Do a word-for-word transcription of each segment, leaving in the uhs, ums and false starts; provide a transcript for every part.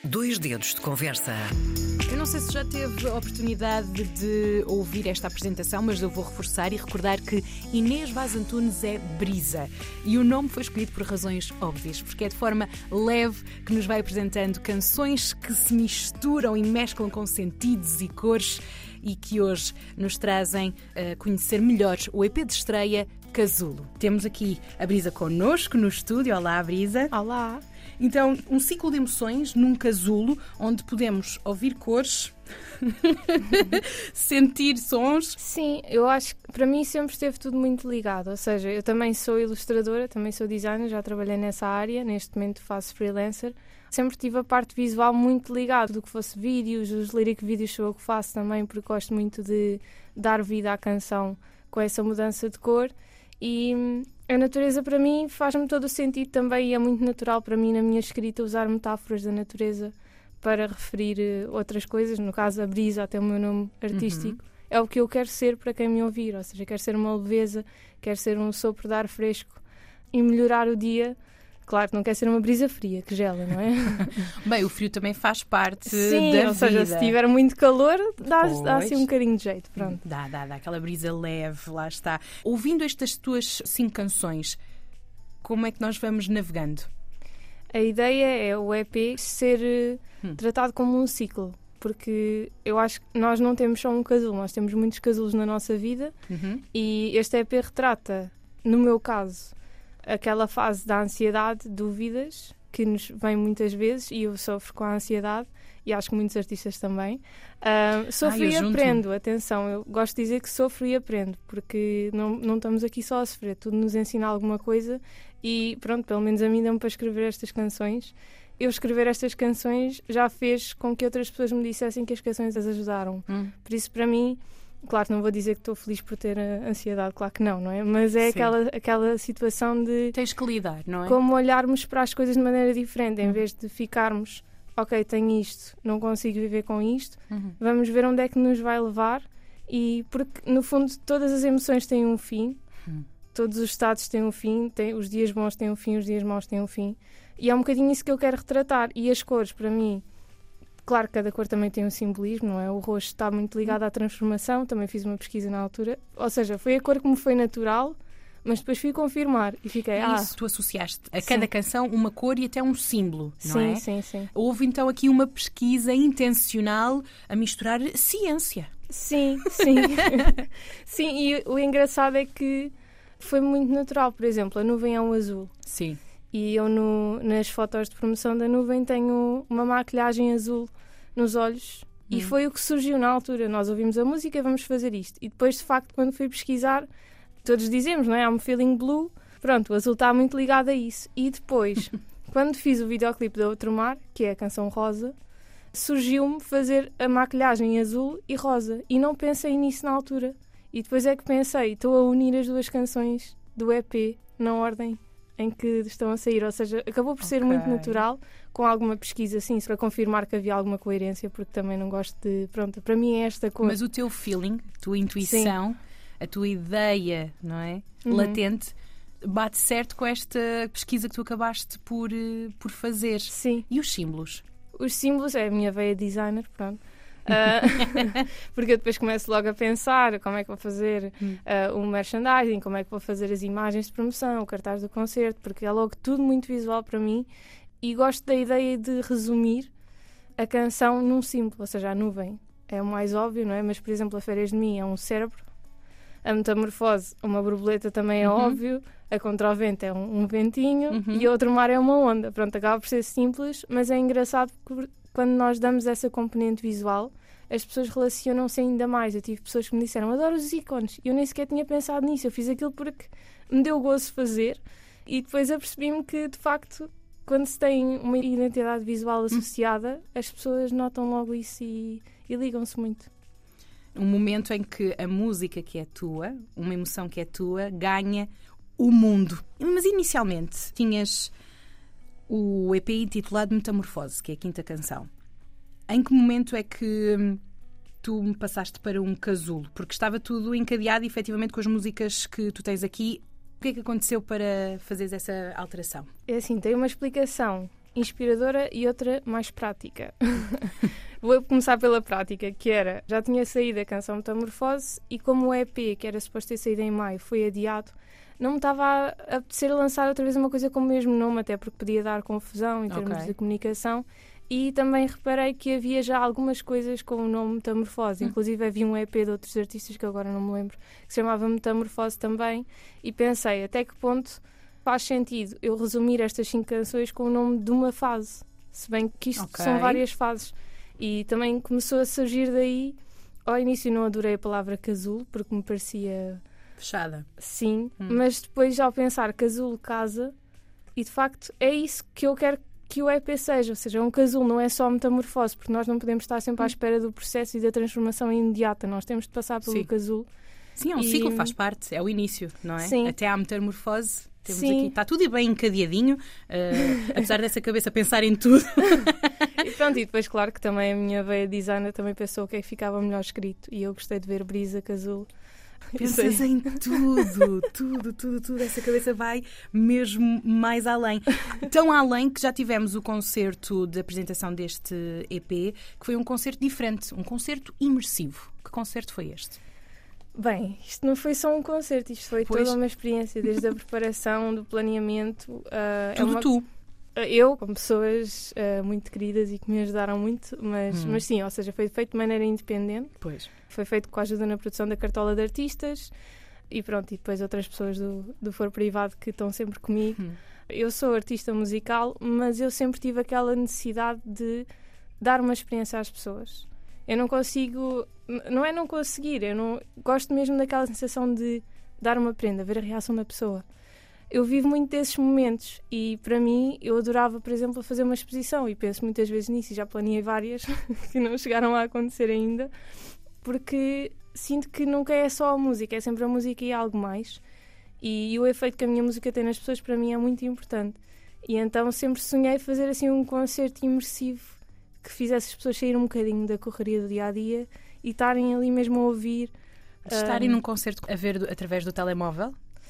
Dois dedos de conversa. Eu não sei se já teve a oportunidade de ouvir esta apresentação, mas eu vou reforçar e recordar que Inês Vaz Antunes é brisa. E o nome foi escolhido por razões óbvias, porque é de forma leve que nos vai apresentando canções que se misturam e mesclam com sentidos e cores e que hoje nos trazem a conhecer melhor o E P de estreia Casulo. Temos aqui a Brisa connosco no estúdio. Olá, Brisa. Olá. Então, um ciclo de emoções num casulo onde podemos ouvir cores, sentir sons. Sim, eu acho que para mim sempre esteve tudo muito ligado. Ou seja, eu também sou ilustradora, também sou designer, já trabalhei nessa área, neste momento faço freelancer. Sempre tive a parte visual muito ligada, do que fosse vídeos, os lyric vídeos sou eu que faço também, porque gosto muito de dar vida à canção com essa mudança de cor. E a natureza para mim faz-me todo o sentido também e é muito natural para mim na minha escrita usar metáforas da natureza para referir outras coisas. No caso, a brisa, até o meu nome artístico, uhum. é o que eu quero ser para quem me ouvir. Ou seja, quero ser uma leveza, quero ser um sopro de ar fresco e melhorar o dia. Claro, não quer ser uma brisa fria, que gela, não é? Bem, o frio também faz parte Sim, da vida. Ou seja, se tiver muito calor, dá, dá assim um bocadinho de jeito, pronto. Dá, dá, dá aquela brisa leve, lá está. Ouvindo estas tuas cinco canções, como é que nós vamos navegando? A ideia é o E P ser hum. tratado como um ciclo, porque eu acho que nós não temos só um casulo, nós temos muitos casulos na nossa vida uhum. e este E P retrata, no meu caso, aquela fase da ansiedade, dúvidas, que nos vem muitas vezes, e eu sofro com a ansiedade, e acho que muitos artistas também. Uh, sofro ah, e junto. aprendo, atenção, eu gosto de dizer que sofro e aprendo, porque não, não estamos aqui só a sofrer, tudo nos ensina alguma coisa, e pronto, pelo menos a mim deu-me para escrever estas canções. Eu escrever estas canções já fez com que outras pessoas me dissessem que as canções as ajudaram. Hum. Por isso, para mim, claro, não vou dizer que estou feliz por ter a ansiedade, claro que não, não é? Mas é aquela, aquela situação de... Tens que lidar, não é? Como olharmos para as coisas de maneira diferente, em vez de ficarmos, ok, tenho isto, não consigo viver com isto, uhum. vamos ver onde é que nos vai levar, e porque, no fundo, todas as emoções têm um fim, uhum. todos os estados têm um fim, têm, os dias bons têm um fim, os dias maus têm um fim, e é um bocadinho isso que eu quero retratar. E as cores, para mim... Claro que cada cor também tem um simbolismo, não é? O roxo está muito ligado à transformação, também fiz uma pesquisa na altura. Ou seja, foi a cor que me foi natural, mas depois fui confirmar e fiquei... Ah, isso, tu associaste a cada sim. canção uma cor e até um símbolo, não sim, é? Sim, sim, sim. Houve então aqui uma pesquisa intencional a misturar ciência. Sim, sim. Sim, e o engraçado é que foi muito natural. Por exemplo, a nuvem é um azul. Sim. E eu no, nas fotos de promoção da nuvem tenho uma maquilhagem azul nos olhos hum. e foi o que surgiu na altura. Nós ouvimos a música, vamos fazer isto. E depois, de facto, quando fui pesquisar, todos dizemos, não é? I'm feeling blue. Pronto, o azul está muito ligado a isso. E depois, quando fiz o videoclipe da Outro Mar, que é a canção Rosa, surgiu-me fazer a maquilhagem azul e rosa. E não pensei nisso na altura. E depois é que pensei, estou a unir as duas canções do E P na ordem em que estão a sair, ou seja, acabou por ser okay. muito natural, com alguma pesquisa, sim, para confirmar que havia alguma coerência, porque também não gosto de, pronto, para mim é esta cor. Mas o teu feeling, a tua intuição, sim. a tua ideia, não é? Uhum. Latente, bate certo com esta pesquisa que tu acabaste por, por fazer. Sim. E os símbolos? Os símbolos, é a minha veia designer, pronto. Uh, porque eu depois começo logo a pensar como é que vou fazer uh, o merchandising, como é que vou fazer as imagens de promoção, o cartaz do concerto, porque é logo tudo muito visual para mim e gosto da ideia de resumir a canção num símbolo, ou seja, a nuvem é o mais óbvio, não é? Mas, por exemplo, a Férias de Mim é um cérebro, a Metamorfose, uma borboleta também é uhum. óbvio, a Contra o Vento é um, um ventinho uhum. e a Outro Mar é uma onda. Pronto, acaba por ser simples, mas é engraçado porque quando nós damos essa componente visual, as pessoas relacionam-se ainda mais. Eu tive pessoas que me disseram, adoro os ícones. E eu nem sequer tinha pensado nisso. Eu fiz aquilo porque me deu gozo fazer. E depois apercebi-me que, de facto, quando se tem uma identidade visual associada, hum. as pessoas notam logo isso e, e ligam-se muito. Um momento em que a música que é tua, uma emoção que é tua, ganha o mundo. Mas inicialmente tinhas o E P intitulado Metamorfose, que é a quinta canção. Em que momento é que tu me passaste para um casulo? Porque estava tudo encadeado efetivamente com as músicas que tu tens aqui. O que é que aconteceu para fazeres essa alteração? É assim, tem uma explicação inspiradora e outra mais prática. Vou começar pela prática, que era, já tinha saído a canção Metamorfose e como o E P, que era suposto ter saído em maio, foi adiado, não me estava a apetecer lançar outra vez uma coisa com o mesmo nome, até porque podia dar confusão em termos Ok. de comunicação. E também reparei que havia já algumas coisas com o nome Metamorfose. Hum. Inclusive havia um E P de outros artistas que agora não me lembro, que se chamava Metamorfose também. E pensei, até que ponto faz sentido eu resumir estas cinco canções com o nome de uma fase? Se bem que isto Ok. são várias fases. E também começou a surgir daí. Ao início não adorei a palavra casulo, porque me parecia Fechada. sim. Hum. Mas depois, ao pensar casulo, casa, e de facto é isso que eu quero que o E P seja, ou seja, um casulo não é só metamorfose, porque nós não podemos estar sempre à espera do processo e da transformação imediata, nós temos de passar pelo Sim. casulo. Sim, é um E- ciclo, faz parte, é o início, não é? Sim. Até à metamorfose. Temos Sim. aqui, está tudo bem encadeadinho, eh, apesar dessa cabeça pensar em tudo. E pronto, e depois claro que também a minha veia designer também pensou o que é que ficava melhor escrito, e eu gostei de ver brisa, casulo. Pensas em tudo, tudo, tudo, tudo. Essa cabeça vai mesmo mais além. Tão além que já tivemos o concerto de apresentação deste E P, que foi um concerto diferente, um concerto imersivo. Que concerto foi este? Bem, isto não foi só um concerto, isto foi Pois. toda uma experiência, desde a preparação, do planeamento. ah, é Tudo uma- tu. Eu, com pessoas ah, muito queridas e que me ajudaram muito, mas, Hum. mas sim, ou seja, foi feito de maneira independente. Pois. Foi feito com a ajuda na produção da Cartola de Artistas e pronto, e depois outras pessoas do, do foro privado que estão sempre comigo. Hum. Eu sou artista musical, mas eu sempre tive aquela necessidade de dar uma experiência às pessoas. Eu não consigo, n- não é não conseguir, eu não gosto mesmo daquela sensação de dar uma prenda, ver a reação da pessoa. Eu vivo muito desses momentos e para mim eu adorava, por exemplo, fazer uma exposição e penso muitas vezes nisso e já planeei várias que não chegaram a acontecer ainda, porque sinto que nunca é só a música, é sempre a música e algo mais. E, e o efeito que a minha música tem nas pessoas para mim é muito importante. E então sempre sonhei fazer assim um concerto imersivo que fizesse as pessoas sair um bocadinho da correria do dia-a-dia e estarem ali mesmo a ouvir. De estarem ah, num concerto a ver do- através do telemóvel?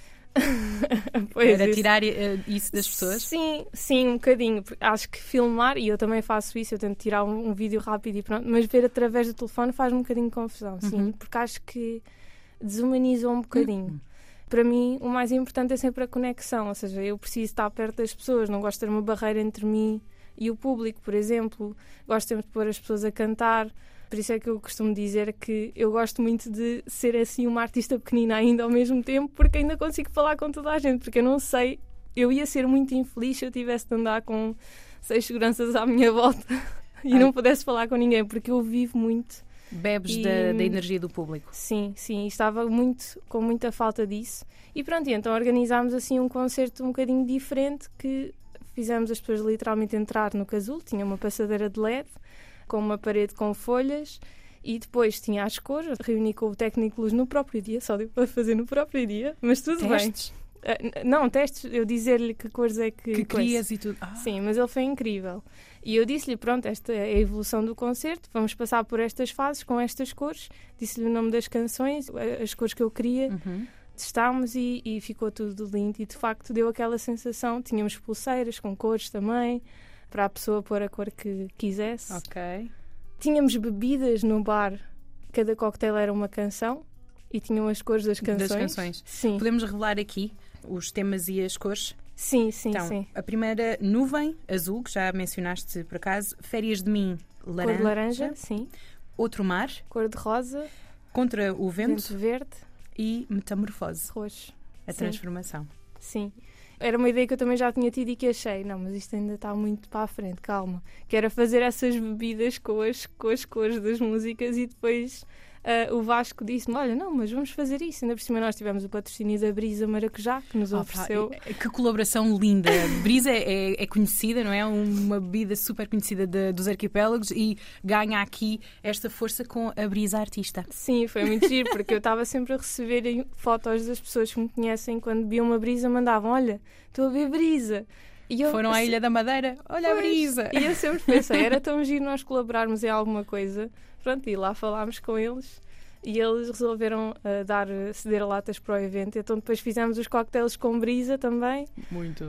pois, Para isso- tirar eh, isso das pessoas? Sim, sim, um bocadinho. Porque acho que filmar, e eu também faço isso, eu tento tirar um, um vídeo rápido e pronto, mas ver através do telefone faz um bocadinho de confusão, sim, Uhum. porque acho que desumaniza um bocadinho. Uhum. Para mim, o mais importante é sempre a conexão, ou seja, eu preciso estar perto das pessoas, não gosto de ter uma barreira entre mim e o público, por exemplo. Gosto sempre de pôr as pessoas a cantar. Por isso é que eu costumo dizer que eu gosto muito de ser assim uma artista pequenina ainda ao mesmo tempo, porque ainda consigo falar com toda a gente, porque eu não sei, eu ia ser muito infeliz se eu tivesse de andar com seis seguranças à minha volta e Ai. não pudesse falar com ninguém, porque eu vivo muito. Bebes E- da, da energia do público. Sim, sim, e estava muito, com muita falta disso. E pronto, e então organizámos assim um concerto um bocadinho diferente, que fizemos as pessoas literalmente entrar no casulo, tinha uma passadeira de L E D, com uma parede com folhas, e depois tinha as cores, reuni com o técnico de luz no próprio dia, só deu para fazer no próprio dia, mas tudo Testes bem. Ah, n- não, testes, eu dizer-lhe que cores é que... que coisa. querias e tudo. Ah, Sim, mas ele foi incrível. E eu disse-lhe, pronto, esta é a evolução do concerto, vamos passar por estas fases com estas cores. Disse-lhe o nome das canções, a- as cores que eu queria, Uhum. testámos e, e ficou tudo lindo. E de facto deu aquela sensação, tínhamos pulseiras com cores também, para a pessoa pôr a cor que quisesse. Ok. Tínhamos bebidas no bar, cada coquetel era uma canção e tinham as cores das canções. Das canções. Sim, Podemos revelar aqui os temas e as cores? sim, sim, Então, sim. a primeira, nuvem, azul, que já mencionaste por acaso. Férias de mim, laranja. Cor de laranja, sim. Outro mar, Cor de rosa, contra o vento, vento verde, e metamorfose, roxo. a Sim. transformação. Sim. Era uma ideia que eu também já tinha tido e que achei, não, mas isto ainda está muito para a frente, calma. Que era fazer essas bebidas com as, com as cores das músicas e depois ah, o Vasco disse-me, olha, não, mas vamos fazer isso. Ainda por cima nós tivemos o patrocínio da Brisa Maracujá, que nos Opa, ofereceu... e- que colaboração linda! Brisa é, é conhecida, não é? Uma bebida super conhecida de- dos arquipélagos e ganha aqui esta força com a Brisa artista. Sim, foi muito giro, porque eu estava sempre a receber em- fotos das pessoas que me conhecem quando bebiam uma brisa, mandavam, olha, estou a ver brisa. E eu, Foram à Ilha da Madeira, olha a Pois, Brisa! E eu sempre pensei, era tão giro nós colaborarmos em alguma coisa. Pronto, e lá falámos com eles e eles resolveram uh, dar, ceder latas para o evento. Então depois fizemos os coquetéis com brisa também. Muito bem.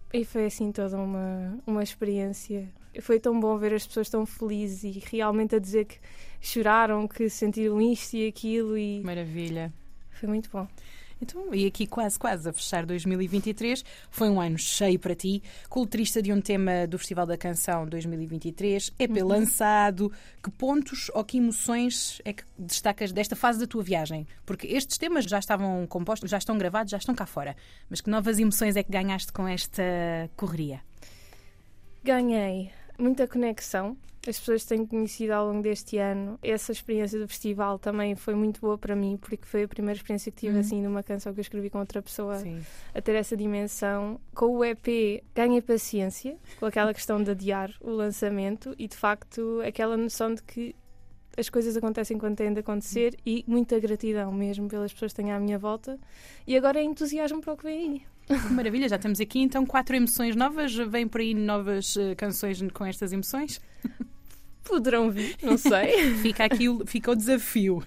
E foi assim toda uma, uma experiência. Foi tão bom ver as pessoas tão felizes e realmente a dizer que choraram, que sentiram isto e aquilo. E maravilha. Foi muito bom. Então, e aqui quase, quase a fechar dois mil e vinte e três, foi um ano cheio para ti, com o letrista de um tema do Festival da Canção dois mil e vinte e três, E P uhum. lançado. Que pontos ou que emoções é que destacas desta fase da tua viagem? Porque estes temas já estavam compostos, já estão gravados, já estão cá fora. Mas que novas emoções é que ganhaste com esta correria? Ganhei muita conexão. As pessoas que tenho conhecido ao longo deste ano, essa experiência do festival também foi muito boa para mim, porque foi a primeira experiência que tive uhum. assim numa canção que eu escrevi com outra pessoa. Sim. A ter essa dimensão. Com o E P ganhei paciência, com aquela questão de adiar o lançamento e de facto aquela noção de que as coisas acontecem quando têm de acontecer e muita gratidão mesmo pelas pessoas que têm à minha volta. E agora é entusiasmo para o que vem aí. Que maravilha, já temos aqui então quatro emoções novas. Vêm por aí novas uh, canções com estas emoções? Poderão vir, não sei. Fica aqui o, fica o desafio.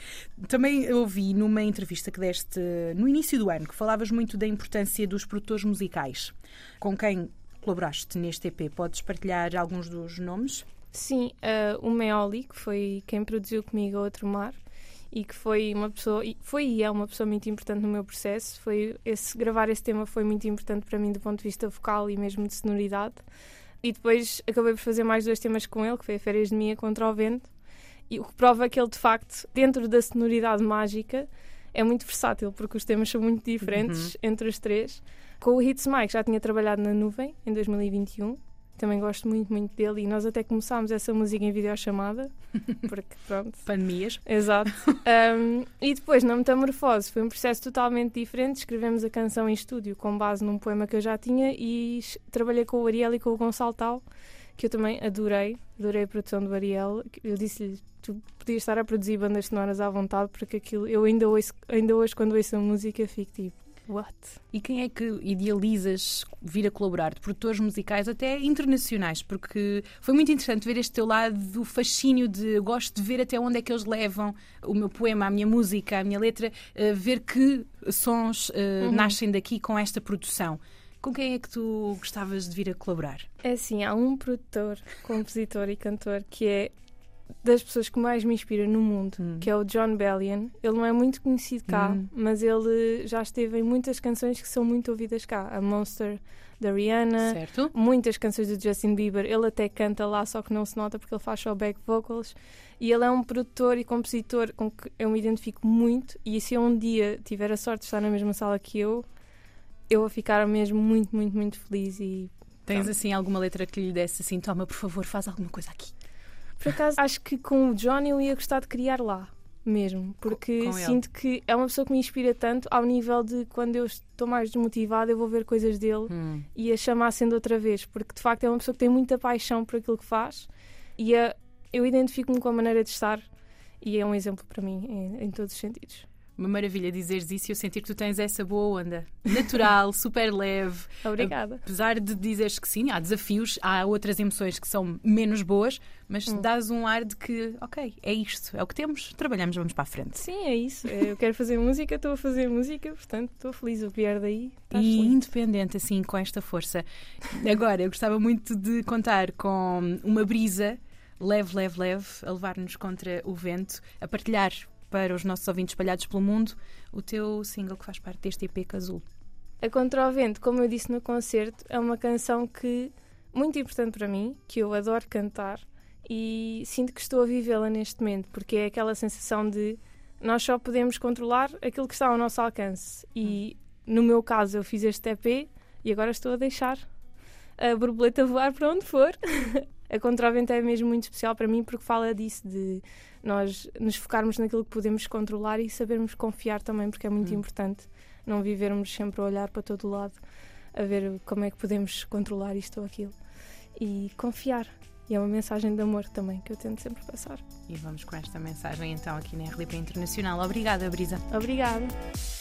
Também ouvi numa entrevista que deste no início do ano que falavas muito da importância dos produtores musicais. Com quem colaboraste neste E P? Podes partilhar alguns dos nomes? Sim, uh, o Meoli, que foi quem produziu comigo a Outro Mar, e que foi uma pessoa, foi e é uma pessoa muito importante no meu processo. Foi esse, gravar esse tema foi muito importante para mim do ponto de vista vocal e mesmo de sonoridade. E depois acabei por fazer mais dois temas com ele, que foi a Férias de Minha Contra o Vento, e o que prova que ele, de facto, dentro da sonoridade mágica, é muito versátil, porque os temas são muito diferentes uhum. entre os três. Com o Hits Mike já tinha trabalhado na Nuvem, em dois mil e vinte e um. Também gosto muito, muito dele e nós até começámos essa música em videochamada, porque pronto... Pandemias. Exato. Um, e depois, na Metamorfose, foi um processo totalmente diferente. Escrevemos a canção em estúdio com base num poema que eu já tinha e trabalhei com o Ariel e com o Gonçalo Tal, que eu também adorei. Adorei a produção do Ariel. Eu disse-lhe, tu podias estar a produzir bandas sonoras à vontade, porque aquilo... Eu ainda, ouço, ainda hoje, quando ouço a música, fico tipo... What? E quem é que idealizas vir a colaborar? De produtores musicais até internacionais? Porque foi muito interessante ver este teu lado do fascínio de gosto de ver até onde é que eles levam o meu poema, a minha música, a minha letra, uh, ver que sons uh, uhum. nascem daqui com esta produção. Com quem é que tu gostavas de vir a colaborar? É assim, há um produtor, compositor e cantor que é das pessoas que mais me inspira no mundo, hum. que é o Jon Bellion. Ele não é muito conhecido cá, hum. mas ele já esteve em muitas canções que são muito ouvidas cá. A Monster, da Rihanna, certo. Muitas canções do Justin Bieber. Ele até canta lá, só que não se nota porque ele faz só back vocals. E ele é um produtor e compositor com que eu me identifico muito, e se eu um dia tiver a sorte de estar na mesma sala que eu, eu vou ficar mesmo muito, muito, muito feliz. E tens pronto. Assim alguma letra que lhe desse assim, toma, por favor, faz alguma coisa aqui? Por acaso, acho que com o John eu ia gostar de criar lá, mesmo. Porque com, com sinto que é uma pessoa que me inspira tanto, ao nível de quando eu estou mais desmotivada, eu vou ver coisas dele hum. e a chamar sendo outra vez. Porque, de facto, é uma pessoa que tem muita paixão por aquilo que faz e a, eu identifico-me com a maneira de estar e é um exemplo para mim em, em todos os sentidos. Uma maravilha dizeres isso e eu sentir que tu tens essa boa onda. Natural, super leve. Obrigada. Apesar de dizeres que sim, há desafios, há outras emoções que são menos boas, mas hum. dás um ar de que, ok, é isto, é o que temos, trabalhamos, vamos para a frente. Sim, é isso. Eu quero fazer música, estou a fazer música, portanto estou feliz. O que vier daí está E excelente. Independente, assim, com esta força. Agora, eu gostava muito de contar com uma brisa leve, leve, leve, a levar-nos contra o vento, a partilhar para os nossos ouvintes espalhados pelo mundo, o teu single que faz parte deste E P Casulo. A Contra o Vento, como eu disse no concerto, é uma canção que muito importante para mim, que eu adoro cantar e sinto que estou a vivê-la neste momento, porque é aquela sensação de nós só podemos controlar aquilo que está ao nosso alcance. E no meu caso eu fiz este E P e agora estou a deixar a borboleta voar para onde for. A Contra o Vento é mesmo muito especial para mim porque fala disso, de nós nos focarmos naquilo que podemos controlar e sabermos confiar também, porque é muito hum. importante não vivermos sempre a olhar para todo o lado, a ver como é que podemos controlar isto ou aquilo. E confiar. E é uma mensagem de amor também que eu tento sempre passar. E vamos com esta mensagem então aqui na R D P Internacional. Obrigada, Brisa. Obrigada.